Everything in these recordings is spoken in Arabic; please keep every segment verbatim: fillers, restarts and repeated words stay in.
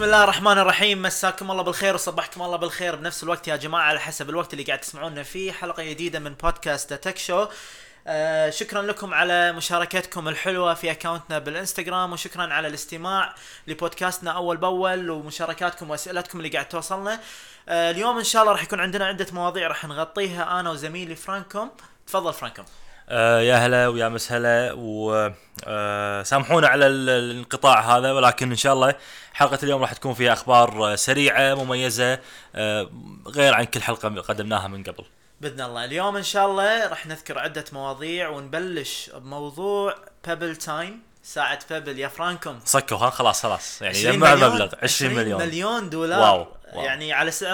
الله الرحمن الرحيم. مساكم الله بالخير وصبحكم الله بالخير بنفس الوقت يا جماعة على حسب الوقت اللي قاعد تسمعونا فيه. حلقة جديدة من بودكاست تك شو. آه شكرا لكم على مشاركتكم الحلوة في اكاونتنا بالانستغرام، وشكرا على الاستماع لبودكاستنا اول باول ومشاركاتكم واسئلتكم اللي قاعد توصلنا. آه اليوم ان شاء الله راح يكون عندنا عدة مواضيع راح نغطيها انا وزميلي فرانكوم. تفضل فرانكوم. آه يا هلا ويا مسهلا، وسامحونا على الانقطاع هذا، ولكن ان شاء الله حلقة اليوم راح تكون فيها اخبار سريعة مميزة آه غير عن كل حلقة قدمناها من قبل بإذن الله. اليوم إن شاء الله راح نذكر عدة مواضيع ونبلش بموضوع بابل تايم. ساعة بابل يا فرانكوم صكوا ها خلاص خلاص يعني جمع المبلغ عشرين مليون مليون دولار. واو. واو. يعني على سعر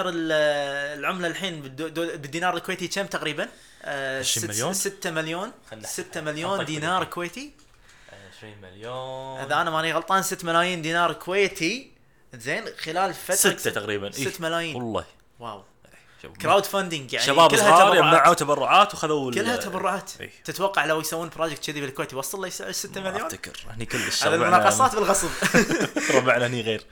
العملة الحين بالدينار الكويتي كم تقريبا؟ عشرين مليون ستة مليون ستة مليون دينار كويتي. عشرين مليون إذا أنا ماني غلطان ستة ملايين دينار كويتي. زين خلال فترة ستة تقريبا ستة ملايين والله. واو. كراود فاندنج يعني شباب صغار يجمعوا تبرعات وخذوا كلها تبرعات. ايه. تتوقع لو يسوون بروجكت كذي بالكويت يوصل له يسعر ستة مليون؟ افتكر هني كلش هذا المناقصات بالغصب. ربعنا هني غير.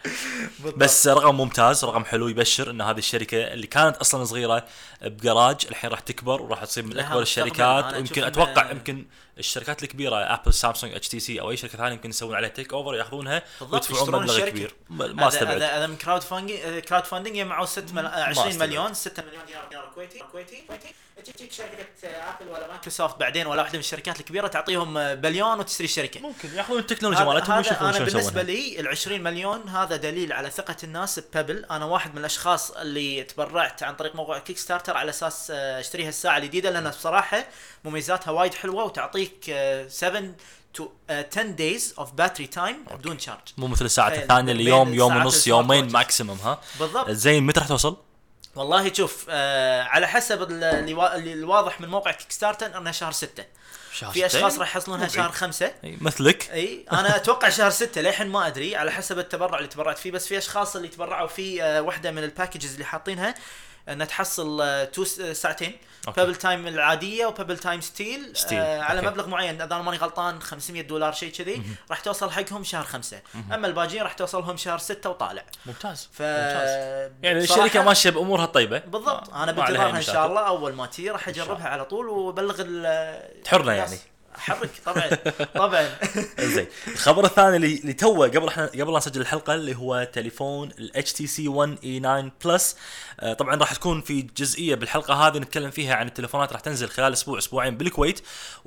بس رقم ممتاز، رقم حلو يبشر ان هذه الشركه اللي كانت اصلا صغيره بجراج الحين راح تكبر وراح تصير من اكبر الشركات، ويمكن اتوقع يمكن الشركات الكبيره ابل سامسونج اتش تي سي او اي شركه ثانيه يمكن يسوون عليها تيك اوفر ياخذونها ويدفعون مبلغ كبير. ما استبعد هذا هذا من كراود فاندنج. كراود فاندنج يجمعوا ستة عشرين مليون ستة مليون دينار كويتي كويتي تجيك شركه ابل ولا مايكروسوفت بعدين ولا واحده من الشركات الكبيره تعطيهم بليون وتشتري الشركه. ممكن ياخذون التكنولوجيا مالتهم ويشوفون شو يسوون. يسوون. بالنسبه لي العشرين مليون هذا دليل على ثقه الناس ببابل. انا واحد من الاشخاص اللي تبرعت عن طريق موقع كيك ستارتر على اساس اشتريها الساعه الجديده، لانها بصراحه مميزاتها وايد حلوه وتعطيك سبعة to ten days of battery time بدون شارج، مو مثل الساعه الثانيه اللي يوم يوم ونص يومين ماكسيمم. ها بالضبط. زين متى راح توصل؟ والله شوف آه على حسب اللي, وا... اللي الواضح من موقع كيك ستارتر انها شهر ستة. في اشخاص راح يحصلونها شهر خمسة مثلك. اي انا اتوقع شهر ستة للحين ما ادري على حسب التبرع اللي تبرعت فيه. بس في اشخاص اللي تبرعوا في آه واحده من الباكجز اللي حاطينها انها تحصل آه تو ساعتين بابل تايم العاديه وبابل تايم ستيل, ستيل. آه على أوكي. مبلغ معين اذا ماني غلطان خمسمية دولار شيء كذي راح توصل حقهم شهر خمسة. اما الباجين راح توصلهم شهر ستة وطالع. ممتاز. ف... ممتاز. يعني الشركه ماشيه بامورها الطيبه بالضبط. انا بنتظرها ان شاء الله اول ما تجي راح اجربها على طول وبلغ تحرنا يعني حرك طبعا طبعا. زين الخبر الثاني اللي اللي توه قبل احنا قبل لا نسجل الحلقه اللي هو تليفون ال إتش تي سي ون إي ناين بلس. آه طبعا راح تكون في جزئيه بالحلقه هذه نتكلم فيها عن التليفونات راح تنزل خلال اسبوع اسبوعين بالكويت،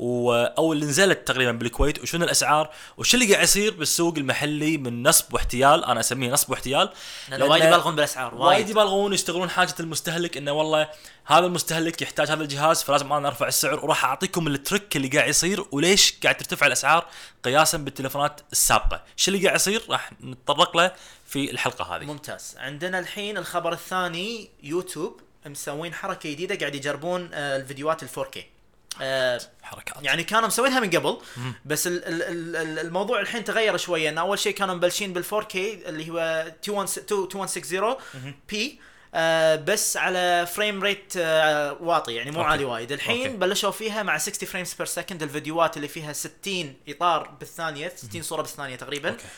او اللي نزلت تقريبا بالكويت، وشنو الاسعار وش اللي قاعد يصير بالسوق المحلي من نصب واحتيال. انا اسميه نصب واحتيال لانه وايد يبالغون بالاسعار، وايد يبالغون يشتغلون حاجه المستهلك، انه والله هذا المستهلك يحتاج هذا الجهاز فلازم انا ارفع السعر. وراح اعطيكم التريك اللي قاعد يصير وليش قاعد ترتفع الاسعار قياسا بالتليفونات السابقه. شو اللي قاعد يصير راح نتطرق له في الحلقه هذه. ممتاز. عندنا الحين الخبر الثاني، يوتيوب مسوين حركه جديده قاعد يجربون الفيديوهات الفور كي. أه حركات يعني كانوا مسوينها من قبل مم. بس ال ال ال الموضوع الحين تغير شويه. ان اول شيء كانوا مبلشين بالفور كي اللي هو اثنين ستين بي آه بس على فريم ريت آه واطي يعني مو عالي وايد. الحين أوكي. بلشوا فيها مع ستين فريمز بير سكند الفيديوهات اللي فيها ستين اطار بالثانيه، ستين صوره بالثانيه تقريبا. أوكي.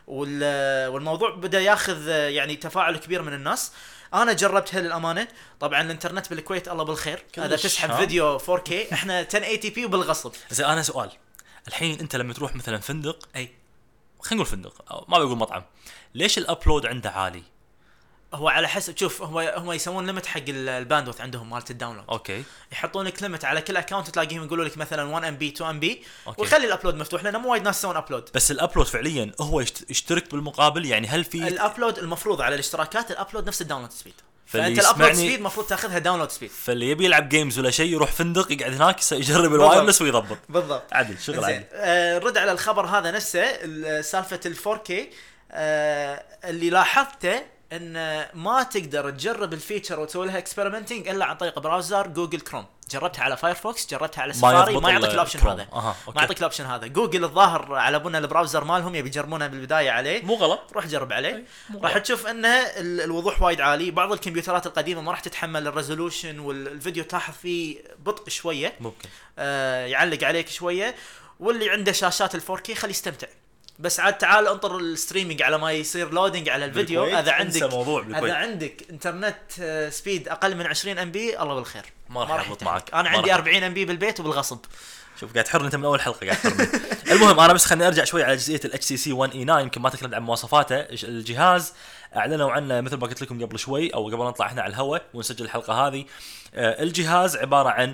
والموضوع بدا ياخذ يعني تفاعل كبير من الناس. انا جربتها للامانه. طبعا الانترنت بالكويت الله بالخير، هذا تسحب فيديو فور كي احنا عشرة إيه تي بي وبالغصب. زين انا سؤال، الحين انت لما تروح مثلا فندق، اي خلينا نقول فندق أو ما بقول مطعم، ليش الابلود عنده عالي؟ هو على حسب. شوف هو هم يسوون ليمت حق الباندوث عندهم مالت الداونلود. اوكي. يحطون لك ليمت على كل اكونت، تلاقيهم يقولوا لك مثلا واحد ام بي اثنين ام بي ويخلي الابلود مفتوح لانه مو وايد ناس يسوون ابلود. بس الابلود فعليا هو يشترك بالمقابل يعني؟ هل في الابلود المفروض على الاشتراكات الابلود نفس الداونلود سبيد، فانت الابلود سبيد المفروض تاخذها داونلود سبيد. فاللي يبي يلعب جيمز ولا شيء يروح فندق يقعد هناك يجرب الوايرلس ويضبط. بالضبط. عدل شغل عدل. آه رد على الخبر هذا نفسه سالفه الفور كي. آه اللي لاحظته ان ما تقدر تجرب الفيتشر وتسوي لها اكسبيرمنتنج الا عن طريق براوزر جوجل كروم. جربتها على فايرفوكس، جربتها على سفاري، ما, ما يعطيك الاوبشن هذا. أه، ما يعطيك الاوبشن هذا. جوجل الظاهر على بنا البراوزر مالهم يبي يجربونها بالبدايه عليه. مو غلط، روح جرب عليه راح تشوف ان الوضوح وايد عالي. بعض الكمبيوترات القديمه ما راح تتحمل الريزولوشن والفيديو تلاحظ فيه بطء شويه، ممكن آه يعلق عليك شويه. واللي عنده شاشات الفور كي خليه يستمتع بس عاد تعال انطر الستريمينج على ما يصير لودينج على الفيديو. اذا عندك اذا عندك انترنت سبيد اقل من عشرين ام بي الله بالخير ما راح يضبط معك. انا عندي أربعين ام بي بالبيت وبالغصب. شوف قاعد تحرني انت من اول حلقه قاعد تحرني. المهم انا بس خليني ارجع شوي على جزئيه الاتش تي سي ون اي ناين. يمكن ما تكلمت عن مواصفاته. الجهاز اعلنوا عنه مثل ما قلت لكم قبل شوي او قبل نطلع احنا على الهواء ونسجل الحلقه هذه. آه الجهاز عباره عن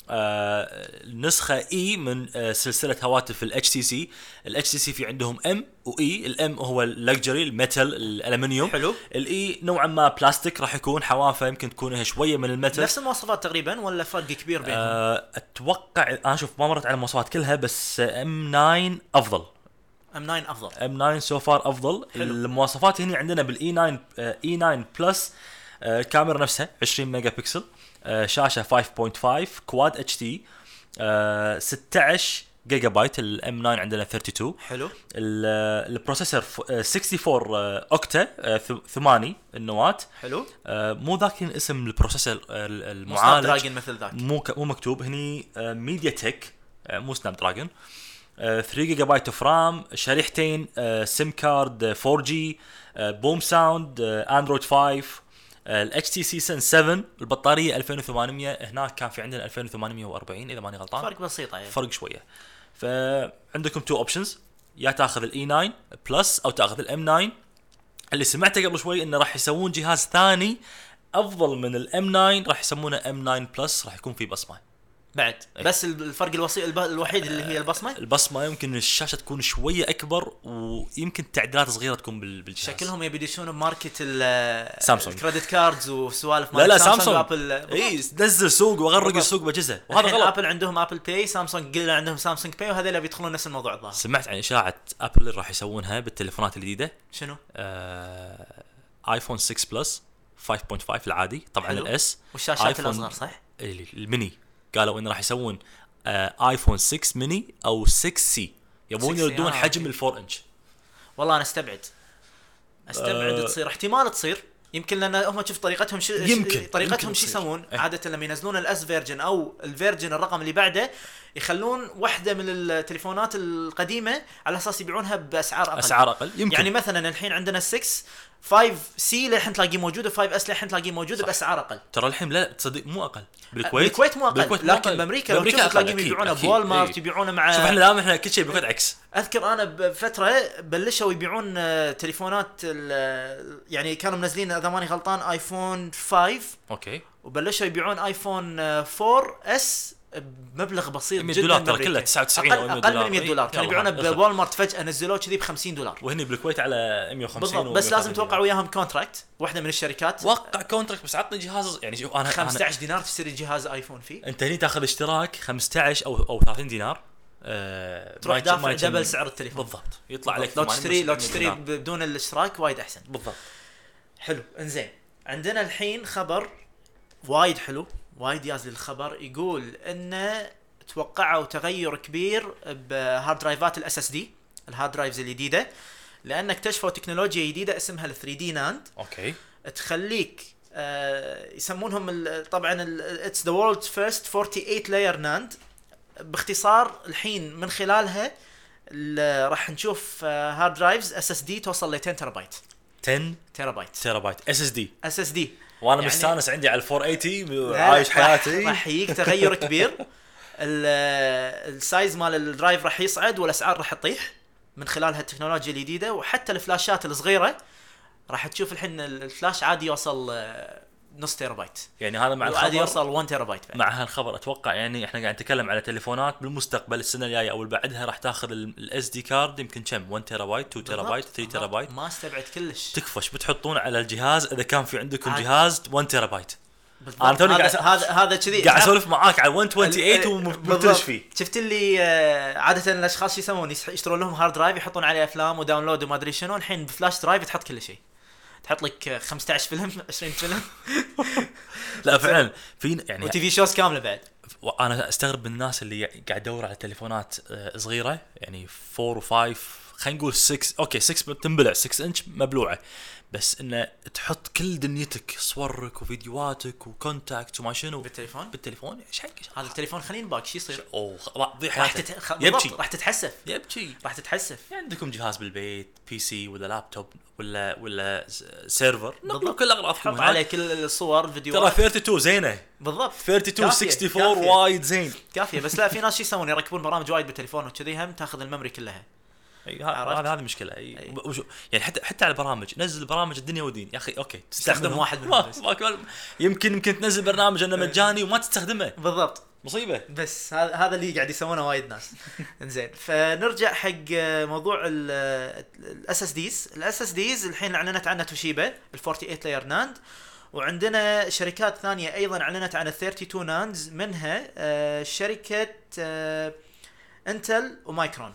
آه نسخه اي من آه سلسله هواتف الاتش تي سي. الاتش تي سي في عندهم ام واي. الام هو اللكجري الميتال الالمنيوم. حلو. الاي نوعا ما بلاستيك راح يكون حوافه يمكن تكون شويه من الميتال. نفس المواصفات تقريبا ولا فرق كبير بينهم؟ آه اتوقع انا شوف ما مرت على المواصفات كلها بس ام ناين افضل. ام ناين افضل. ام ناين سو فار افضل. حلو. المواصفات هنا عندنا بالاي ناين اي ناين بلس. آه الكاميرا نفسها عشرين ميجا بكسل. آه شاشه خمسة فاصلة خمسة كواد اتش دي. آه ستة عشر جيجا بايت. الام ناين عندنا اثنين وثلاثين. حلو. البروسيسور أربعة وستين اوكتا ثمانية النواة. حلو. آه مو ذاك اسم البروسيسور المعالج دراجون مثل ذاك مو مو مكتوب هني. آه ميديا تك آه مو سناب دراجون. آه ثلاثة جيجا بايت اوف رام. شريحتين آه سيم كارد فور جي. آه بوم ساوند. آه اندرويد خمسة. الاتش تي سي سن سبعة. البطاريه ألفين وثمانمية. هناك كان في عندنا ألفين وثمانمية وأربعين اذا ماني غلطان. فرق بسيط يعني. فرق شويه. فعندكم تو اوبشنز يا تاخذ الاي ناين بلس او تاخذ الام ناين. اللي سمعته قبل شوي انه راح يسوون جهاز ثاني افضل من الام ناين راح يسمونه ام ناين بلس. راح يكون فيه بصمه بعد. أي. بس الفرق الوسيط الوحيد اللي هي البصمه. البصمه يمكن الشاشه تكون شويه اكبر ويمكن تعديلات صغيره تكون بالجهاز. شكلهم يبي يدشون بماركت السامسونج الكريدت كاردز وسوالف لا لا سامسونج وابل. اي نزل سوق وغرق السوق بجزء وهذا غلط. ابل عندهم ابل باي. سامسونج قلنا عندهم سامسونج باي وهذول اللي بيدخلون نفس الموضوع الظاهر. سمعت عن اشاعه ابل راح يسوونها بالتليفونات الجديده. شنو؟ آه... ايفون ستة بلس خمسة فاصلة خمسة العادي طبعا. حلو. الاس والشاشات الاصغر صح. الميني قالوا ان راح يسوون آه ايفون ستة ميني او ستة سي. يبون يردون آه حجم الفور انش. والله انا استبعد استبعد آه تصير. احتمال تصير يمكن لان هم شوف طريقتهم ش... يمكن طريقتهم شو يسوون اه. عاده لما ينزلون الاس فيرجن او الفيرجن الرقم اللي بعده يخلون واحده من التليفونات القديمه على اساس يبيعونها باسعار اقل. اسعار اقل يمكن. يعني مثلا الحين عندنا ستة خمسة سي لحين تلاقيه موجود و5 اس لحين تلاقيه موجود باسعار اقل. ترى الحين لا تصدق مو اقل. بالكويت بالكويت مو اقل. بالكويت مو أقل. لكن بامريكا لو تلاقيه يبيعونه بوال مارت يبيعونه مع. شوف احنا الان احنا كل شيء بالكويت عكس. اذكر انا بفتره بلشوا يبيعون تليفونات يعني كانوا منزلين اذا ماني غلطان ايفون خمسة. اوكي. وبلشوا يبيعون ايفون أربعة اس بمبلغ بسيط جدا. دولار ترى كله تسعة وتسعين او مية دولار. اقل من مية دولار كانوا يبيعونه بوال مارت فجاه نزلوه كذي ب خمسين دولار. وهني بالكويت على مية وخمسين. بس لازم توقع وياهم كونتراكت واحده من الشركات. وقع كونتراكت بس عطني جهاز يعني شوف انا خمسة عشر دينار تشتري جهاز ايفون فيه. انت هني تاخذ اشتراك خمسة عشر او او ثلاثين دينار. أه تروح دافع دبل سعر التليفون. بالضبط يطلع عليك. لو تشتري لو تشتري بدون الاشتراك وايد احسن. بالضبط. حلو انزين. عندنا الحين خبر وايد حلو وايد ياز للخبر. يقول انه توقعوا تغير كبير بهارد درايفات الاس اس دي الهارد درايفز الجديده لان اكتشفوا تكنولوجيا جديده اسمها ال ثري دي ناند. اوكي. تخليك آه يسمونهم طبعا اتس ذا وورلدز فيرست ثمانية وأربعين لاير ناند. باختصار الحين من خلالها راح نشوف هارد درايفز اس اس دي توصل ل عشرة تيرا بايت. عشرة تيرا بايت تيرا بايت اس اس دي اس اس دي. وانا يعني مستانس عندي على ال أربعمية وثمانين عايش حياتي. راح يجيك تغير كبير. السايز مال الدرايف راح يصعد والاسعار راح تطيح من خلال هالتكنولوجيا الجديده. وحتى الفلاشات الصغيره راح تشوف الحين الفلاش عادي يوصل نص تيرا بايت. يعني هذا مع الخبر عادي يوصل واحد تيرا بايت بعد. مع هالخبر اتوقع يعني احنا قاعد نتكلم على تليفونات بالمستقبل السنه الجايه او اللي بعدها راح تاخذ الاس دي كارد يمكن كم واحد تيرا بايت اثنين تيرا بايت ثلاثة تيرا بايت. ما استبعد كلش. تكفش بتحطون على الجهاز اذا كان في عندكم جهاز واحد تيرا بايت. انا توني قاعد هذا هذا كذي قاعد اسولف معاك على مية وثمانية وعشرين ومبتلش فيه. شفت اللي عاده الاشخاص يسوون يشترون لهم هارد درايف يحطون عليه افلام وداونلود وما ادري شنو. الحين بفلاش درايف تحط كل شيء. تحط لك خمسة عشر فيلم عشرين فيلم. لا فعلا في يعني وتي في شوز كامله بعد. انا استغرب من الناس اللي قاعد يدور على تليفونات صغيره يعني أربعة و5 خلينا نقول ستة اوكي ستة تنبلع ستة انش مبلوعه، بس انه تحط كل دنيتك صورك وفيديوهاتك وكونتاكت وما شنو بالتليفون بالتليفون ايش حق هذا التليفون خلين باك شي يصير اوه راح تضيع راح حياته. تت... خ... يبكي راح تتحسف يبكي راح تتحسف يعني عندكم جهاز بالبيت بي سي ولا لابتوب ولا ولا سيرفر نقلوا بالضبط. كل اغراضكم حط عليه كل الصور ترى الفيديوهات اثنين وثلاثين زينه بالضبط اثنين وثلاثين كافية، ستة وأربعين كافية. وايد زين. كافيه. بس لا في ناس شو يسوون يركبون برامج وايد بالتليفون وكذي هم تاخذ الميموري كلها. اي عرفت؟ هذا هذه مشكله اي أي. وشو يعني حتى حتى على البرامج نزل برامج الدنيا ودين يا اخي اوكي تستخدم واحد منهم ما بس. ما يمكن يمكن تنزل برنامج انه مجاني وما تستخدمه بالضبط. مصيبه. بس هذا هذا اللي قاعد يسوونه وايد ناس. انزين فنرجع حق موضوع الاس اس ديز. الاس اس ديز الحين اعلنت عنها توشيبا ال ثمانية وأربعين لاير ناند، وعندنا شركات ثانيه ايضا اعلنت عن ال اثنين وثلاثين ناندز، منها آه شركه آه انتل ومايكرون.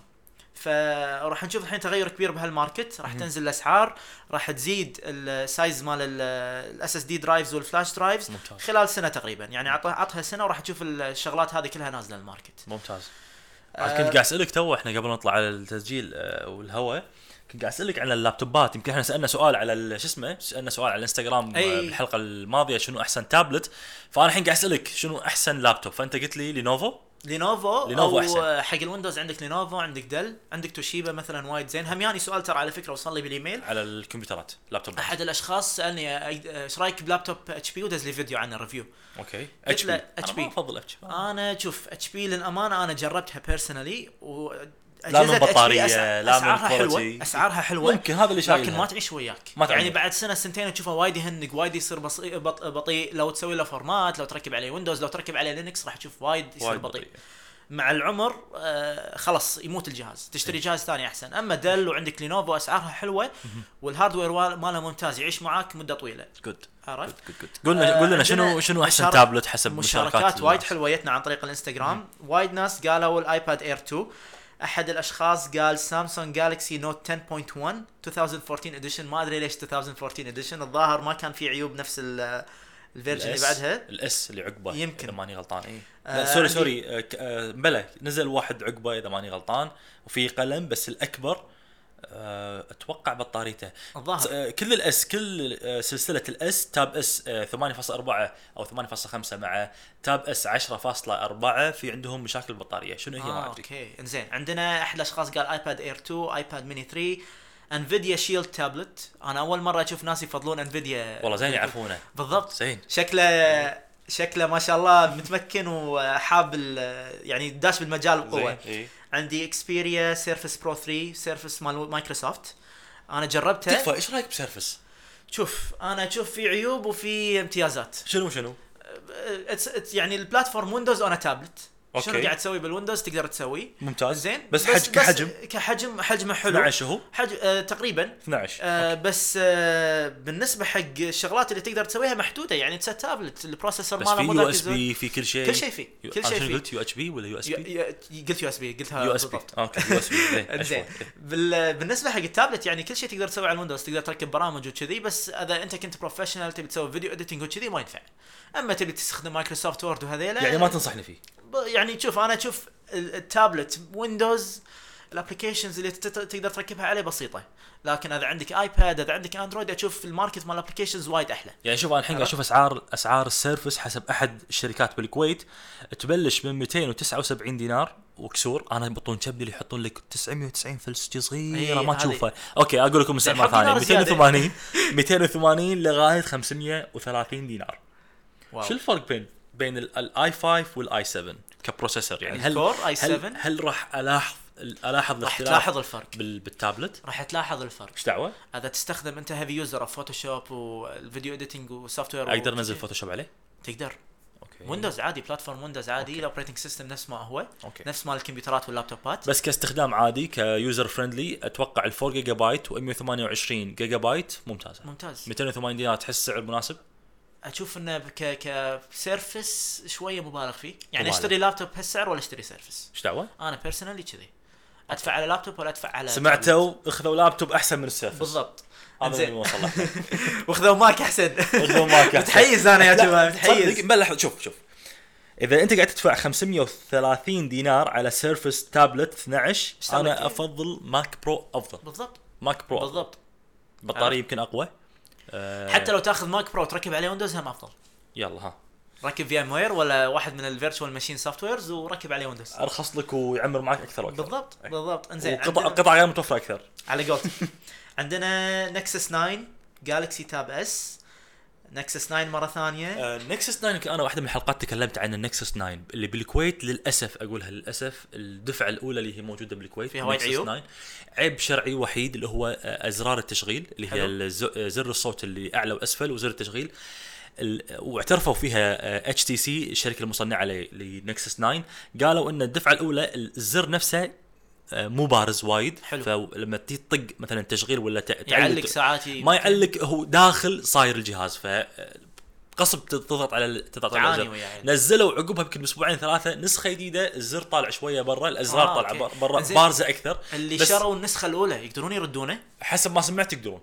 فراح نشوف الحين تغير كبير بهالماركت، راح تنزل الاسعار، راح تزيد السايز مال الاس اس دي درايفز والفلاش درايفز ممتاز. خلال سنه تقريبا، يعني عطها عطها سنه وراح تشوف الشغلات هذه كلها نازله الماركت. ممتاز. آه كنت قاعد اسالك تو احنا قبل نطلع على التسجيل آه والهواء، كنت قاعد اسالك عن اللابتوبات. يمكن احنا سالنا سؤال على شو اسمه سالنا سؤال على الانستغرام أي. بالحلقه الماضيه شنو احسن تابلت، فانا الحين قاعد اسالك شنو احسن لابتوب، فانت قلت لي لينوفو. لينوفو, لينوفو او أحسن. حق الويندوز عندك لينوفو، عندك ديل، عندك توشيبا مثلا وايد زين. هم يعني سؤال ترى على فكره وصل لي بالايميل على الكمبيوترات لابتوب. احد الاشخاص سالني ايش رايك بلابتوب اتش بي ودز لي فيديو عنه ريفيو. اوكي قلت اتش له بي اتش انا بي. ما افضل اتش بي. انا شوف اتش بي للامانه انا جربتها بيرسونالي و لا من بطاريه أسع... لا من اسعارها حلوه كواليتي. اسعارها حلوه ممكن هذا اللي شايلها لكن ما تعيش وياك ما يعني تعمل. بعد سنه سنتين تشوفه وايد يهنق، وايد يصير بصي... بط... بطيء. لو تسوي له فورمات، لو تركب عليه ويندوز، لو تركب عليه لينكس راح تشوف وايد يصير وايد بطيء. بطيء. مع العمر آه خلاص يموت الجهاز، تشتري جهاز ثاني احسن. اما دل وعندك لينوفو اسعارها حلوه والهاردوير ماله ممتاز يعيش معاك مده طويله. جود عرفت؟ قلنا آه قلنا شنو شنو احسن تابلت حسب مشاركات, مشاركات وايد حلوه جتنا عن طريق الانستغرام. وايد ناس قالوا الايباد اير تو. احد الاشخاص قال سامسونج جالكسي نوت عشرة نقطة واحد ألفين وأربعطعش اديشن. ما ادري ليش ألفين وأربعطعش اديشن، الظاهر ما كان في عيوب نفس الفيرجن اللي بعدها. الاس اللي عقبه يمكن اذا ماني غلطان. اي آه لا سوري سوري آه آه بلا نزل واحد عقبه اذا ماني غلطان وفي قلم بس الاكبر آه اتوقع بطاريته الظاهر. آه كل الاس كل آه سلسله الاس تاب اس آه ثمانية فاصلة أربعة او ثمانية فاصلة خمسة مع تاب اس عشرة فاصلة أربعة في عندهم مشاكل بالبطاريه. شنو هي آه ما ادري. اوكي انزين. عندنا احد الاشخاص قال ايباد اير تو، ايباد ميني ثلاثة، انفيديا شيلد تابلت. انا اول مره اشوف ناس يفضلون انفيديا. والله زين يعرفونه بالضبط. زين شكله شكله ما شاء الله متمكن وحاب يعني داش بالمجال بقوه. إيه؟ عندي اكسبيريا سيرفس برو ثلاثة، سيرفس مال مايكروسوفت انا جربتها. تكفى ايش رايك بسيرفس؟ شوف انا اشوف في عيوب وفي امتيازات. شنو شنو اتس يعني البلاتفورم ويندوز انا تابلت. أوكي. شنو قاعد تسوي بالويندوز تقدر تسوي ممتاز زين. بس, بس حج كحجم كحجم حجمه حلو اثناشر هو حج... آه تقريبا اثناشر آه بس آه بالنسبه حق الشغلات اللي تقدر تسويها محدوده. يعني تسوي تابلت البروسيسور بس ماله في مو يو ذاك اس الزود. بي في كل شيء كل شيء فيه كل شيء فيه. قلت يو اتش بي ولا يو اس بي؟ قلت يو اس بي قلتها يو اس بي اوكي يو اس بي زين. بالنسبه حق التابلت يعني كل شيء تقدر تسوي على الويندوز، تقدر تركب برامج وكذي. بس اذا انت كنت بروفيشنال تبي تسوي فيديو اديتنج وكذي ما ينفع. اما تبي تستخدم مايكروسوفت وورد وهذيلا يعني ما تنصحني فيه. يعني شوف انا اشوف التابلت ويندوز الابلكيشنز اللي تقدر تركبها عليه بسيطه، لكن اذا عندك ايباد اذا عندك اندرويد اشوف الماركت مال الابلكيشنز وايد احلى. يعني شوف انا الحين قاعد اشوف اسعار اسعار السيرفس حسب احد الشركات بالكويت تبلش من مئتين وتسعة وسبعين دينار وكسور. انا بطون كبدي اللي يحطون لك تسعمية وتسعين فلس صغيره ما تشوفها. اوكي اقول لكم سعر ثاني مئتين وثمانين مئتين وثمانين لغايه خمسمية وثلاثين دينار. واو. شو الفرق بين بين الاي خمسة والاي سبعة كبروسيسور؟ يعني هل اي سبعة هل, هل راح الاحظ الاحظ راح الاختلاف تلاحظ الفرق بالتابلت؟ راح تلاحظ الفرق. ايش دعوه؟ اذا تستخدم انت هيفي يوزر اوف فوتوشوب والفيديو اديتنج وسوفت وير اقدر انزل فوتوشوب عليه؟ تقدر. اوكي ويندوز عادي بلاتفورم ويندوز عادي الاوبريتنج سيستم نفس ما هو. أوكي. نفس مال الكمبيوترات واللابتوبات. بس كاستخدام عادي كيوزر فريندلي اتوقع ال أربعة جيجا بايت و128 جيجا بايت ممتازه. ممتاز. مئتين وثمانين دينار تحس سعر مناسب؟ اشوف انه ك كسيرفس شويه مبالغ فيه. يعني مبالغ. اشتري لابتوب بهالسعر ولا اشتري سيرفس؟ ايش دعوه؟ انا بيرسونالي كذي ادفع على لابتوب ولا ادفع على سمعتوا اخذوا لابتوب احسن من السيرفس. بالضبط. هذا اللي وصل لك. واخذوا ماك احسن. اخذوا ماك احسن. متحيز انا يا جماعه متحيز. بلا شوف شوف اذا انت قاعد تدفع خمسمية وثلاثين دينار على سيرفس تابلت اثناشر انا افضل ماك برو افضل. بالضبط ماك برو بالضبط. بطاريه يمكن اقوى. أه حتى لو تاخذ ماك برو تركب عليه ويندوز هم افضل. يلا ها ركب فيم وير ولا واحد من الفيرتشوال ماشين سوفت ويرز وركب عليه ويندوز ارخص لك ويعمر معك اكثر واكثر. بالضبط بالضبط. انزين قطع قطع غير متوفره اكثر على قولتك. عندنا نكسس تسعة جالكسي تاب اس. نكسس تسعة مره ثانيه. نكسس تسعة يمكن انا واحده من الحلقات تكلمت عن النكسس تسعة اللي بالكويت. للاسف اقولها للاسف الدفعه الاولى اللي هي موجوده بالكويت فيها وايد عيوب. عيب شرعي وحيد اللي هو ازرار التشغيل اللي هي زر الصوت اللي اعلى واسفل وزر التشغيل. واعترفوا فيها اتش تي سي الشركه المصنعه لنكسس تسعة قالوا ان الدفعه الاولى الزر نفسه مو بارز وايد. حلو. فلما تيجي تطق مثلا تشغيل ولا يعلق ساعات ما يعلق هو داخل صاير الجهاز ف قصب تضغط على تضغط على الزر. نزلوا عقبها يمكن اسبوعين ثلاثه نسخه جديده الزر طالع شويه برا الازرار آه طالعه برا بارزه اكثر. اللي شروا النسخه الاولى يقدرون يردونه حسب ما سمعت يقدرون.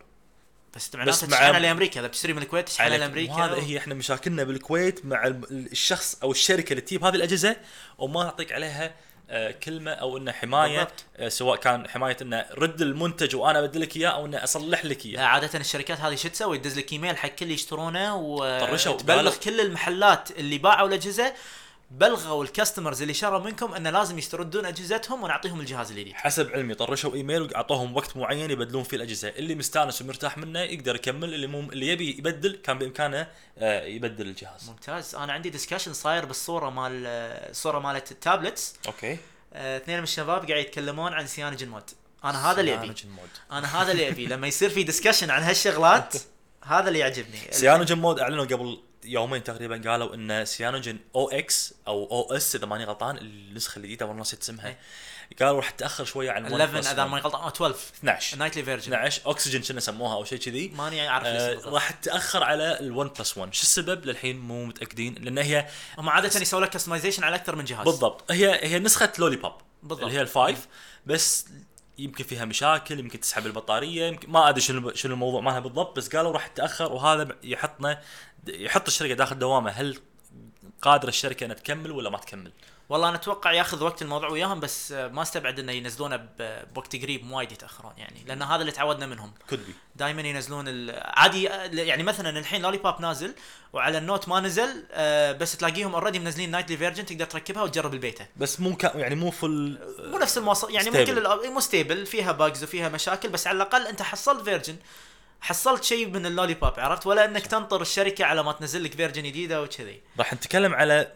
بس معناته تشحنها لامريكا. اذا بتشتري من الكويت تشحنها لامريكا. وهذا هي احنا مشاكلنا بالكويت مع الشخص او الشركه اللي تجيب هذه الاجهزه وما تعطيك عليها كلمه او انه حمايه. سواء كان حمايه انه رد المنتج وانا بدلك اياه او انه اصلح لك اياه. عاده الشركات هذه شو تسوي؟ تدز لك ايميل حق كل اللي يشترونه وتبلغ كل المحلات اللي باعوا الاجهزه بلغوا الكاستمرز اللي شروا منكم انه لازم يستردون اجهزتهم ونعطيهم الجهاز الجديد. حسب علمي طرشوا ايميل واعطوهم وقت معين يبدلون فيه الاجهزه. اللي مستانس ومرتاح منه يقدر يكمل. اللي مو اللي يبي يبدل كان بامكانه يبدل الجهاز. ممتاز. انا عندي ديسكشن صاير بالصوره مال الصوره مالت التابلتس. اوكي. اثنين من الشباب قاعد يتكلمون عن سيانوجن مود. انا هذا اللي ابي. انا هذا اللي ابي لما يصير في ديسكشن عن هالشغلات هذا اللي يعجبني. سيانوجن مود اعلنوا قبل يومين تقريبا قالوا ان سيانوجن او اكس او او اس اذا ماني غلطان النسخه الجديده والله نسيت اسمها. قالوا راح تاخر شويه عن احد عشر اذا ماني غلطان. اثنا عشر اثناشر النايتلي فيرجن اثناشر اوكسجين كنا سموها او شيء كذي ماني اعرف آه راح تاخر على الون بلس واحد. شو السبب للحين مو متاكدين لان هي هم عاده يسوون لك كستمايزيشن على اكثر من جهاز. بالضبط. هي هي نسخه لولي بوب بالضبط. اللي هي الفايف بس يمكن فيها مشاكل يمكن تسحب البطاريه يمكن ما ادري شنو شنو الموضوع مالها بالضبط. بس قالوا راح تاخر وهذا يحطنا يحط الشركه داخل دوامه. هل قادره الشركه انها تكمل ولا ما تكمل؟ والله انا اتوقع ياخذ وقت الموضوع وياهم بس ما استبعد انه ينزلونه بوقت قريب مو وايد يتاخرون يعني لان هذا اللي تعودنا منهم. كدبي دائما ينزلون عادي يعني مثلا الحين لولي باب نازل وعلى النوت ما نزل بس تلاقيهم اوريدي منزلين نايتلي فيرجن تقدر تركبها وتجرب البيتا. بس مو يعني مو فل مو نفس المواصف يعني مو كل مو ستيبل فيها باجز وفيها مشاكل بس على الاقل انت حصلت فيرجن حصلت شيء من اللولي باب عرفت ولا انك تنطر الشركه على ما تنزل لك فيرجن جديده وكذي. راح نتكلم على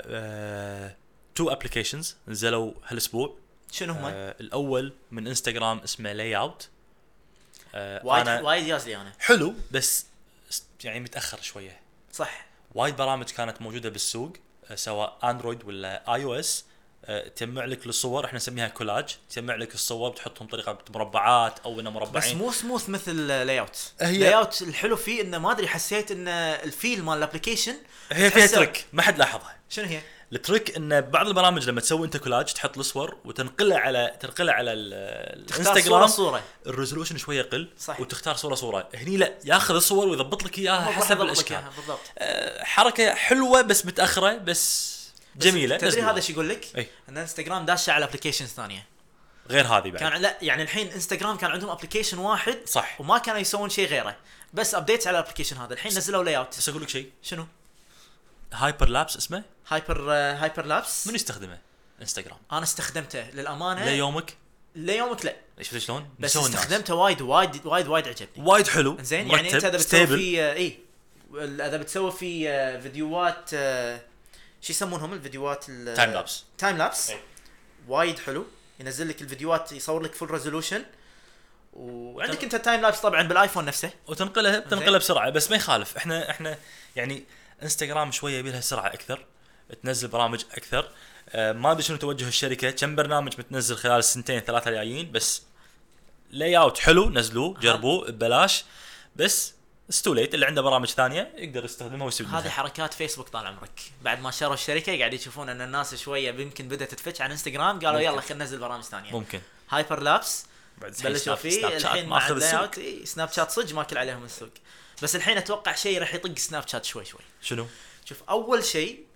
تو ابلكيشنز نزلوا هالاسبوع. شنو هم؟ آه الاول من انستغرام اسمه لاي اوت. آه وايد وايد يازلي انا حلو بس يعني متاخر شويه. صح. وايد برامج كانت موجوده بالسوق آه سواء اندرويد ولا اي او اس آه تجمع لك الصور احنا نسميها كولاج. تجمع لك الصور بتحطهم طريقه مربعات او انه مربعين بس مو سموث مثل لاي اوت. لاي اوت الحلو فيه انه ما ادري حسيت ان الفيل مال الابلكيشن هي فيها ترك ما حد لاحظها. شنو هي التريك ان بعض البرامج لما تسوي انت كولاج تحط الصور وتنقلها على تنقلها على الانستغرام صورة الريزولوشن شويه يقل صح. وتختار صوره صوره. هني لا ياخذ الصور ويضبط لك اياها حسب الاشكال. بالضبط. أه حركه حلوه بس متاخره بس جميله. تدري هذا ايش يقول لك؟ أي. ان انستغرام داشه على ابلكيشنز ثانيه غير هذه بعد. كان لا يعني الحين انستغرام كان عندهم ابلكيشن واحد صح وما كانوا يسوون شيء غيره بس ابديت على الابلكيشن هذا. الحين نزلوا لاي اوت. بس اقول لك شيء. شنو؟ هايبر لابس اسمه هايبر هايبر لابس. من يستخدمه انستغرام؟ انا استخدمته للامانه ليومك ليومك لا ايش شلون بس استخدمته وايد وايد وايد وايد عجبني وايد حلو زين. يعني انت اذا بتسوي في اي اذا بتسوي في فيديوهات شو يسمونهم الفيديوهات تايم لابس تايم لابس وايد حلو. ينزل لك الفيديوهات يصور لك فول ريزولوشن وعندك انت تايم لابس طبعا بالايفون نفسه وتنقلها تنقلها بسرعه. بس ما يخالف احنا احنا يعني انستغرام شويه يبي لها سرعه اكثر تنزل برامج اكثر. آه ما ادري شنو توجه الشركه كم برنامج بتنزل خلال السنتين ثلاثه الجايين بس لاي اوت حلو نزلوه جربوه ببلاش بس ستوليت اللي عنده برامج ثانيه يقدر يستخدمها ويستفيد منها. هذه حركات فيسبوك طال عمرك بعد ما شروا الشركه قاعد يشوفون ان الناس شويه يمكن بدات تفتش عن انستغرام قالوا يلا خلينا ننزل برامج ثانيه. ممكن هايبر لابس بلشوا فيه الحين مع اللاي اوت. سناب شات صدق ماكل عليهم السوق بس الحين اتوقع شيء راح يطق سناب شات شوي شوي. شنو؟ شوف اول شيء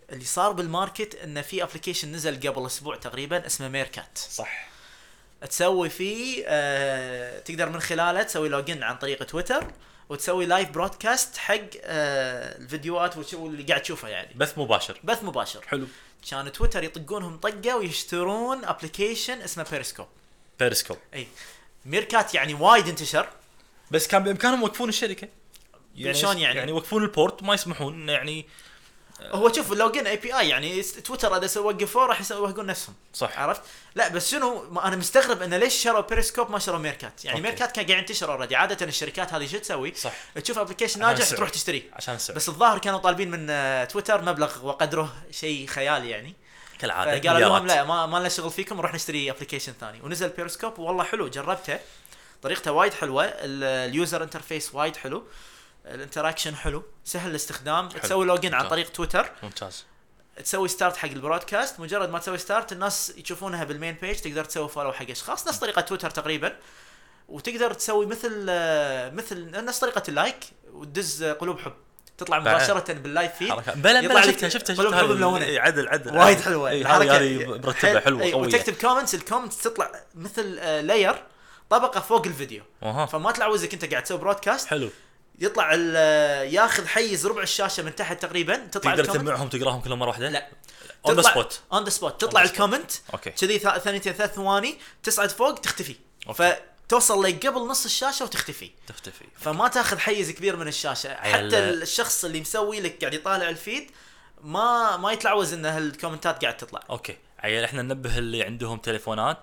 اللي صار بالماركت انه في ابلكيشن نزل قبل اسبوع تقريبا اسمه ميركات. صح. تسوي فيه آه تقدر من خلاله تسوي لوجن عن طريق تويتر وتسوي لايف برودكاست حق آه الفيديوهات وشو اللي قاعد تشوفه يعني بث مباشر. بث مباشر. حلو. كان تويتر يطقونهم طقه ويشترون ابلكيشن اسمه بيرسكوب. بيرسكوب اي ميركات يعني وايد انتشر، بس كان بامكانهم يوقفون الشركه. يعني شلون يعني؟ يعني يوقفون البورت وما يسمحون يعني. هو شوف اللوجن اي بي اي يعني تويتر اذا سووا وقفوه راح يوقفون نفسهم. صح. عرفت؟ لا بس شنو ما انا مستغرب انه ليش شروا بيرسكوب ما شروا ميركات يعني. أوكي. ميركات كان قاعد ينتشر اوريدي. عاده الشركات هذه شو تسوي؟ صح. تشوف ابلكيشن ناجح السعر. تروح تشتريه عشان السعر. بس الظاهر كانوا طالبين من آه، تويتر مبلغ وقدره شيء خيالي يعني. كالعاده فقالوا لهم لا ما ما لنا شغل فيكم نروح نشتري ابلكيشن ثاني. ونزل بيرسكوب والله حلو جربته طريقته وايد حلوه. اليوزر انترفيس وايد حلو، الانتراكشن حلو، سهل الاستخدام. حلو. تسوي لوجن عن طريق تويتر. ممتاز. تسوي ستارت حق البرودكاست. مجرد ما تسوي ستارت الناس يشوفونها بالمين بيج. تقدر تسوي فولو حق اشخاص نفس طريقه تويتر تقريبا. وتقدر تسوي مثل مثل نفس طريقه اللايك وتدز قلوب حب تطلع مباشره باللايف فيد. بلا بلا شفتها شفتها قلوب حب ملونه عدل عدل وايد حلوه الحركه هذه مرتبه حلوه قويه. وتكتب كومنتس. الكومنتس تطلع مثل لاير طبقه فوق الفيديو. أوه. فما تلعوزك انت قاعد تسوي برودكاست. حلو. يطلع ياخذ حيز ربع الشاشه من تحت تقريبا. تطلع تقدر تجمعهم تقراهم كلهم مره واحده. لا اون ذا سبوت. اون ذا سبوت تطلع الكومنت اوكي كذي ثانيتين ثلاث ثواني تصعد فوق تختفي. أوكي. فتوصل لك قبل نص الشاشه وتختفي. تختفي. فما تاخذ حيز كبير من الشاشه. عيل. حتى الشخص اللي مسوي لك قاعد يطالع الفيد ما ما يتلعوز ان هالكومنتات قاعد تطلع. اوكي عيل احنا ننبه اللي عندهم تليفونات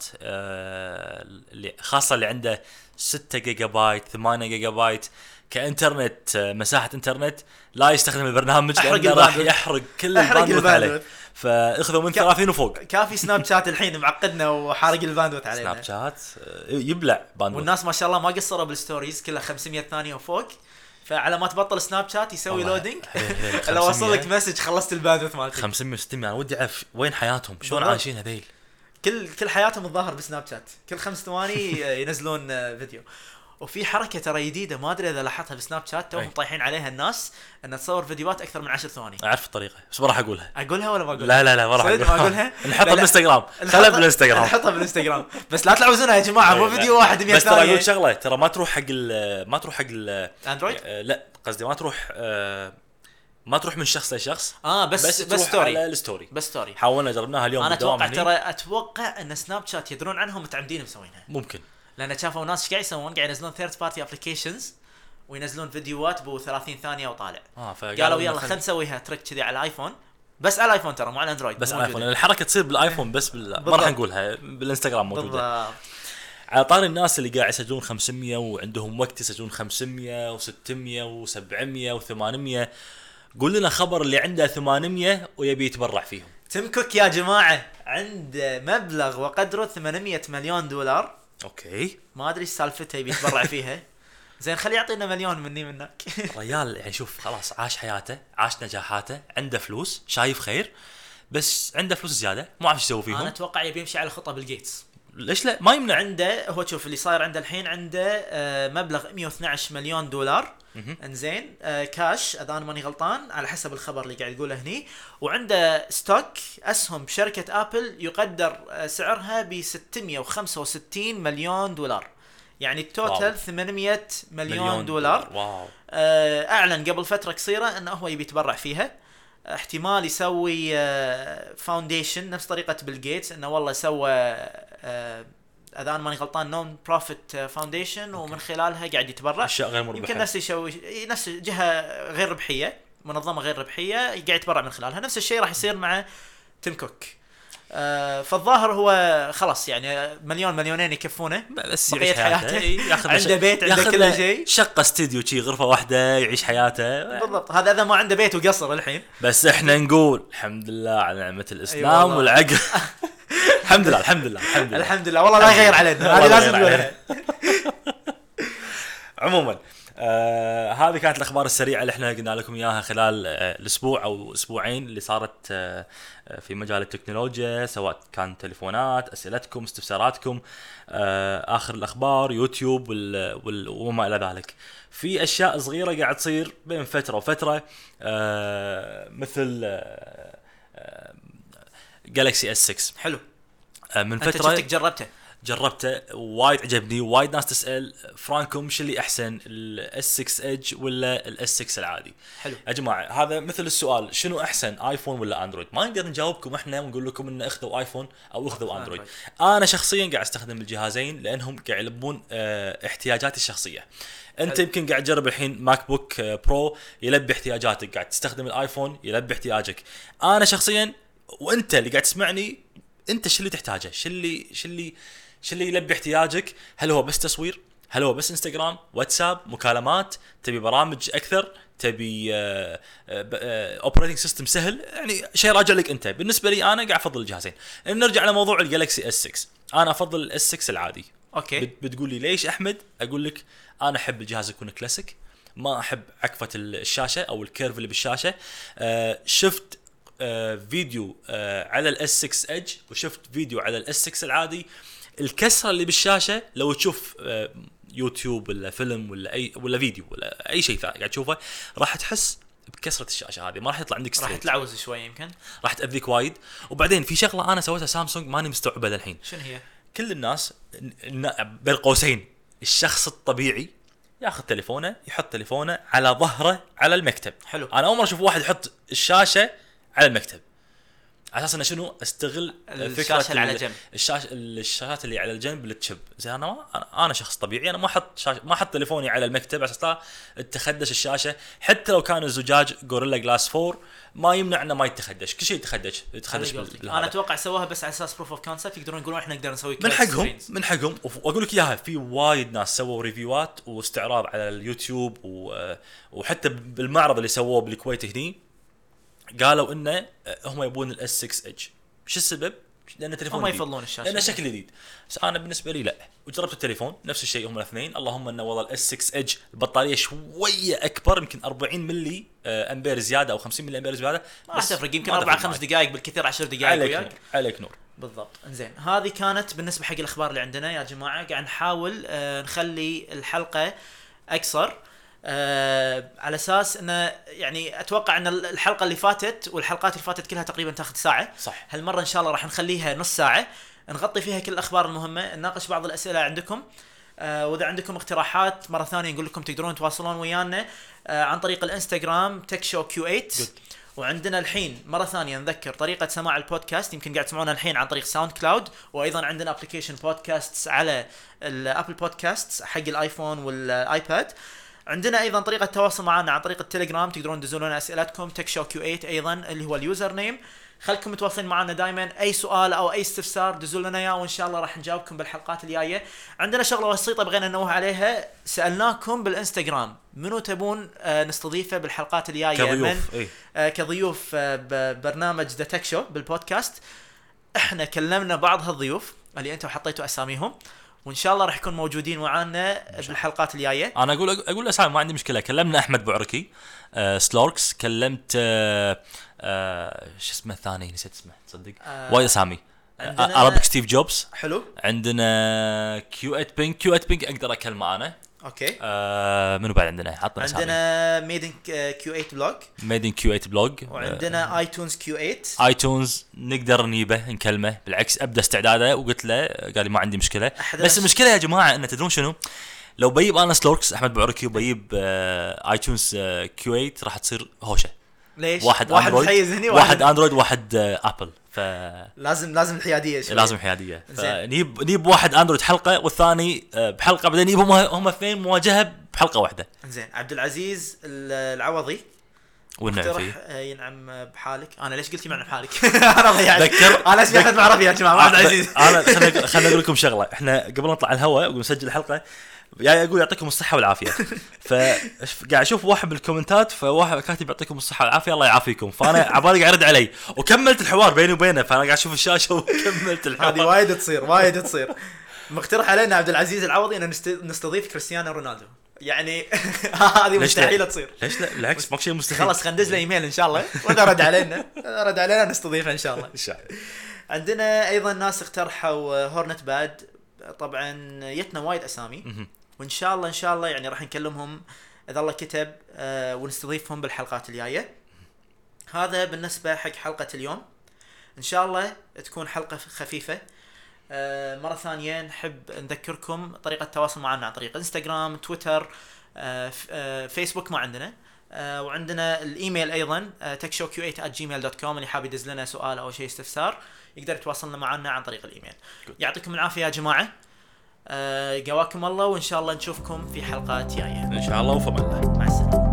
آه اللي خاصه اللي عنده ستة جيجا بايت ثمانية جيجا بايت كانترنت آه مساحه انترنت لا يستخدم البرنامج لانه راح يحرق كل الباندوث عليه. فاخذوا من ثلاثين وفوق. كافي سناب شات الحين معقدنا وحارق الباندوث علينا. سناب شات يبلع باندوث. والناس ما شاء الله ما قصروا بالستوريز كلها خمسمية ثانيه وفوق. فعلى ما تبطل سناب شات يسوي لودينج لو وصل لك مسج خلصت الباندوث مالتك. خمسمية وستين انا ودي اعرف وين حياتهم شلون عايشين هذيل. كل كل حياتهم الظاهر بسناب شات. كل خمس ثواني ينزلون فيديو. وفي حركه ترى جديده ما ادري اذا لاحظتها بسناب شات توهم طايحين عليها الناس ان تصور فيديوهات اكثر من عشر ثواني. اعرف الطريقه بس ما راح اقولها. اقولها ولا ما اقولها؟ لا لا لا ما راح اقولها. نحطها بالانستغرام. خلها بالانستغرام. نحطها بالانستغرام بس لا تلعوزونها يا جماعه. مو فيديو واحد مية بس ثانيه. ترى اقول شغله ترى ما تروح حق ما تروح حق اندرويد. لا قصدي ما تروح ما تروح من شخص لشخص. اه بس بس, بس ستوري. على الستوري بس ستوري حاولنا جربناها اليوم. انا اتوقع ترى اتوقع ان سناب شات يدرون عنهم متعمدين مسوينها. ممكن لان شافوا ناس ايش قاعد يسوون. قاعد ينزلون ثيرد بارتي ابلكيشنز وينزلون فيديوهات بو ثلاثين ثانيه وطالع. اه قالوا يلا خلينا نسويها ترك كذي على الايفون. بس على الايفون ترى مو على الاندرويد. بس على الايفون الحركه تصير بالايفون بس بال... ما راح نقولها بالانستغرام موجوده. بالضبط. على طاري الناس اللي قاعد يسجلون خمسمية وعندهم وقت يسجلون خمسمية وستمية وسبعمية وثمانمية قول لنا خبر اللي عنده ثمانمية ويبي يتبرع فيهم. تيم كوك يا جماعه عنده مبلغ وقدره ثمانمية مليون دولار. اوكي ما ادري سالفته يبي يتبرع فيها. زين خليه يعطينا مليون مني منك. ريال يعني شوف خلاص عاش حياته عاش نجاحاته عنده فلوس شايف خير بس عنده فلوس زياده مو عارف ايش يسوي فيهم. انا اتوقع يبي يمشي على خطه بالجيتس. ليش لا ما يمنع. عنده هو شوف اللي صاير عنده الحين عنده آه مبلغ مية واثناشر مليون دولار. انزين آه كاش اذا انا ماني غلطان على حسب الخبر اللي قاعد يقوله هني. وعنده ستوك اسهم بشركه ابل يقدر آه سعرها ب ستمية وخمسة وستين مليون دولار. يعني التوتال ثمانمية مليون, مليون دولار. واو. آه اعلن قبل فتره قصيره انه هو يبي يتبرع فيها. احتمال يسوي فاونديشن نفس طريقه بيل جيتس انه والله سوى اذا انا ماني غلطان نون بروفيت فاونديشن ومن خلالها قاعد يتبرع اشياء غير مربحه. يمكن نفس يسوي نفس جهه غير ربحيه منظمه غير ربحيه قاعد يتبرع من خلالها. نفس الشيء راح يصير مع تيم كوك. آه فالظاهر هو خلاص يعني مليون مليونين يكفونه بس بقية حياته. ياخذ عنده بيت عنده كل شيء شقه استديو شي غرفه واحده يعيش حياته بالضبط. هذا اذا ما عنده بيت وقصر الحين. بس احنا نقول الحمد لله على نعمه الاسلام أيوة والعقل. الحمد لله الحمد لله الحمد لله الحمد لله والله لا يغير علينا. هذه لازم نقولها. عموما آه هذه كانت الاخبار السريعه اللي احنا قلنا لكم اياها خلال آه الاسبوع او اسبوعين اللي صارت آه في مجال التكنولوجيا سواء كان تليفونات اسئلتكم استفساراتكم آه اخر الاخبار يوتيوب وال وال وما الى ذلك. في اشياء صغيره قاعد تصير بين فتره وفتره آه مثل آه جالكسي اس ستة. حلو. من انت فتره شفتك جربته جربته وايد عجبني. وايد ناس تسال فرانكم شو اللي احسن الاس ستة ايدج ولا الاس ستة العادي. حلو يا جماعه هذا مثل السؤال شنو احسن ايفون ولا اندرويد. ما نقدر نجاوبكم احنا ونقول لكم ان اخذوا ايفون او اخذوا اندرويد. انا شخصيا قاعد استخدم الجهازين لانهم قاعد يلبون اه احتياجاتي الشخصيه. انت يمكن قاعد تجرب الحين ماك بوك برو يلبي احتياجاتك، قاعد تستخدم الايفون يلبي احتياجك. انا شخصيا وانت اللي قاعد تسمعني انت شو اللي تحتاجه، شو اللي شو اللي شو اللي يلبي احتياجك. هل هو بس تصوير؟ هل هو بس انستغرام، واتساب، مكالمات، تبي برامج اكثر، تبي اوبريتنج سيستم سهل؟ يعني شيء راجع لك انت. بالنسبه لي انا قاعد افضل الجهازين. نرجع لموضوع الجالكسي اس ستة. انا افضل الاس ستة العادي. اوكي. بتقول لي ليش احمد؟ اقول لك انا احب الجهاز يكون كلاسيك، ما احب عكفه الشاشه او الكيرف اللي بالشاشه. آه شفت آه فيديو آه على الاس ستة ايدج وشفت فيديو على الاس ستة العادي، الكسره اللي بالشاشه لو تشوف آه يوتيوب ولا فيلم ولا اي ولا فيديو ولا اي شيء ثاني قاعد تشوفه راح تحس بكسره الشاشه هذه، ما راح يطلع عندك راح تلعوز شوي يمكن، راح تاذيك وايد. وبعدين في شغله انا سويتها سامسونج ماني مستوعبه للحين. شنو هي؟ كل الناس بين قوسين الشخص الطبيعي ياخذ تليفونه يحط تليفونه على ظهره على المكتب. حلو. انا اول مره اشوف واحد يحط الشاشه على المكتب على اساس انه شنو استغل الشاشه اللي على جنب، الشاشه الشاشات اللي على الجنب اللي تشب. زين انا ما انا, أنا شخص طبيعي انا ما احط شاشه ما احط تليفوني على المكتب على اساس لا تخدش الشاشه. حتى لو كان الزجاج غوريلا جلاس فور ما يمنع انه ما يتخدش، كل شيء يتخدش يتخدش بال... انا اتوقع سووها بس على اساس بروف اوف كونسبت، يقدرون يقولون احنا نقدر نسوي من حقهم من حقهم. واقول لك اياها في وايد ناس سووا ريفيوات واستعراض على اليوتيوب و... وحتى بالمعرض اللي سووه بالكويت هني قالوا انه هم يبون الاس ستة ايدج. شو السبب؟ لان تليفون هم يفضلون الشاشه لانه شكل جديد. بس انا بالنسبه لي لا. وجربت التليفون نفس الشيء هم الاثنين، اللهم انه والله الاس ستة ايدج البطاريه شويه اكبر يمكن أربعين ملي امبير زياده او خمسين ملي امبير زياده، ما تفرق يمكن أربعة خمس دقائق بالكثير عشر دقائق عليك وياك نور. عليك نور بالضبط. انزين هذه كانت بالنسبه حق الاخبار اللي عندنا يا جماعه. قاعد نحاول آه نخلي الحلقه اقصر آه على اساس انه يعني اتوقع ان الحلقه اللي فاتت والحلقات اللي فاتت كلها تقريبا تاخذ ساعه. صح. هالمره ان شاء الله راح نخليها نص ساعه نغطي فيها كل الاخبار المهمه، نناقش بعض الاسئله عندكم. آه واذا عندكم اقتراحات مره ثانيه نقول لكم تقدرون تواصلون ويانا آه عن طريق الانستغرام تكشو كيو ثمانية. وعندنا الحين مرة ثانية نذكر طريقة سماع البودكاست، يمكن قاعد تسمعونا الحين عن طريق ساوند كلاود، وأيضا عندنا ابليكيشن بودكاست على الابل بودكاست حق الايفون والايباد. عندنا ايضا طريقة تواصل معنا عن طريق التليجرام، تقدرون تدزون لنا اسئلتكم تكشو كيو ثمانية ايضا اللي هو اليوزر نيم. خلكم متواصلين معنا دائما، اي سؤال او اي استفسار دزوا لنا اياه وان شاء الله راح نجاوبكم بالحلقات الجايه. عندنا شغله بسيطه بغينا ننوه عليها، سالناكم بالانستغرام منو تبون آه نستضيفه بالحلقات الجايه من ايه؟ آه كضيوف آه ببرنامج ذا تك شو بالبودكاست. احنا كلمنا بعض هالضيوف اللي انتم حطيتوا اساميهم، وان شاء الله راح يكون موجودين معانا بالحلقات الجايه. انا اقول اقول اسامي ما عندي مشكله. كلمنا احمد بوعركي آه سلوركس، كلمت آه آه شو اسمه الثاني نسيت اسمه تصدق آه وايد اسامي. ارابيك ستيف جوبز حلو. عندنا كيو ثمانية بينك كيو ثمانية بينك اقدر اكلمه انا. اوكي. آه منو بعد عندنا؟ عطنا اسامي. عندنا ميدن كيو ثمانية بلوج ميدن كيو ثمانية بلوج، وعندنا ايتونز كيو ثمانية. ايتونز نقدر نجيبه نكلمه، بالعكس ابدا استعداده وقلت له قال لي ما عندي مشكله. بس المشكله يا جماعه ان تدرون شنو؟ لو بيجيب انا سلوركس احمد بعركي وبيجيب آه ايتونز آه كيو ثمانية راح تصير هوشه. ليش؟ واحد واحد اندرويد هني واحد, واحد اندرويد واحد آه ابل، ف لازم لازم الحياديه شوي. لازم حياديه. فنجيب نجيب واحد اندرويد حلقه والثاني آه بحلقه، بعدين يجيبهم هم اثنين مواجهه بحلقه واحده. زين عبد العزيز العوضي والنعم فيه ينعم بحالك. انا ليش قلت ينعم بحالك؟ انا ضيعت ذكر انا اسمي احمد معرفي يا جماعه عبد العزيز. انا خليني خليني اقول لكم شغله، احنا قبل نطلع الهواء ونسجل الحلقه يعني اقول يعطيكم الصحه والعافيه، فقاعد اشوف واحد بالكومنتات فواحد كاتب يعطيكم الصحه والعافيه الله يعافيكم، فانا عبالي قاعد ارد علي وكملت الحوار بيني وبينه، فانا قاعد اشوف الشاشه وكملت الحوار. هذه وايد تصير وايد تصير. مقترح علينا عبد العزيز العوضي ان نستضيف كريستيانو رونالدو، يعني هذه مستحيل تصير. ليش لا؟ بالعكس ماكو شيء مستحيل. خلاص خلينا ندز له ايميل ان شاء الله واذا رد علينا رد علينا نستضيفه ان شاء الله. عندنا ايضا ناس اقترحوا هورنت باد، طبعا يتنا وايد اسامي وان شاء الله ان شاء الله يعني راح نكلمهم اذا الله كتب آه ونستضيفهم بالحلقات الجايه. هذا بالنسبة حق حلقة اليوم. ان شاء الله تكون حلقة خفيفة. آه مرة ثانية نحب نذكركم طريقة التواصل معنا عن طريق انستغرام، تويتر، آه آه فيسبوك ما عندنا، آه وعندنا الايميل ايضا تك شو كيو ثمانية آت جيميل دوت كوم. اللي حاب يدز لنا سؤال او شيء استفسار يقدر يتواصلنا معنا عن طريق الايميل. يعطيكم العافية يا جماعة، آه قواكم الله، وان شاء الله نشوفكم في حلقات جاية ان شاء الله، وفما الله. مع السلامة.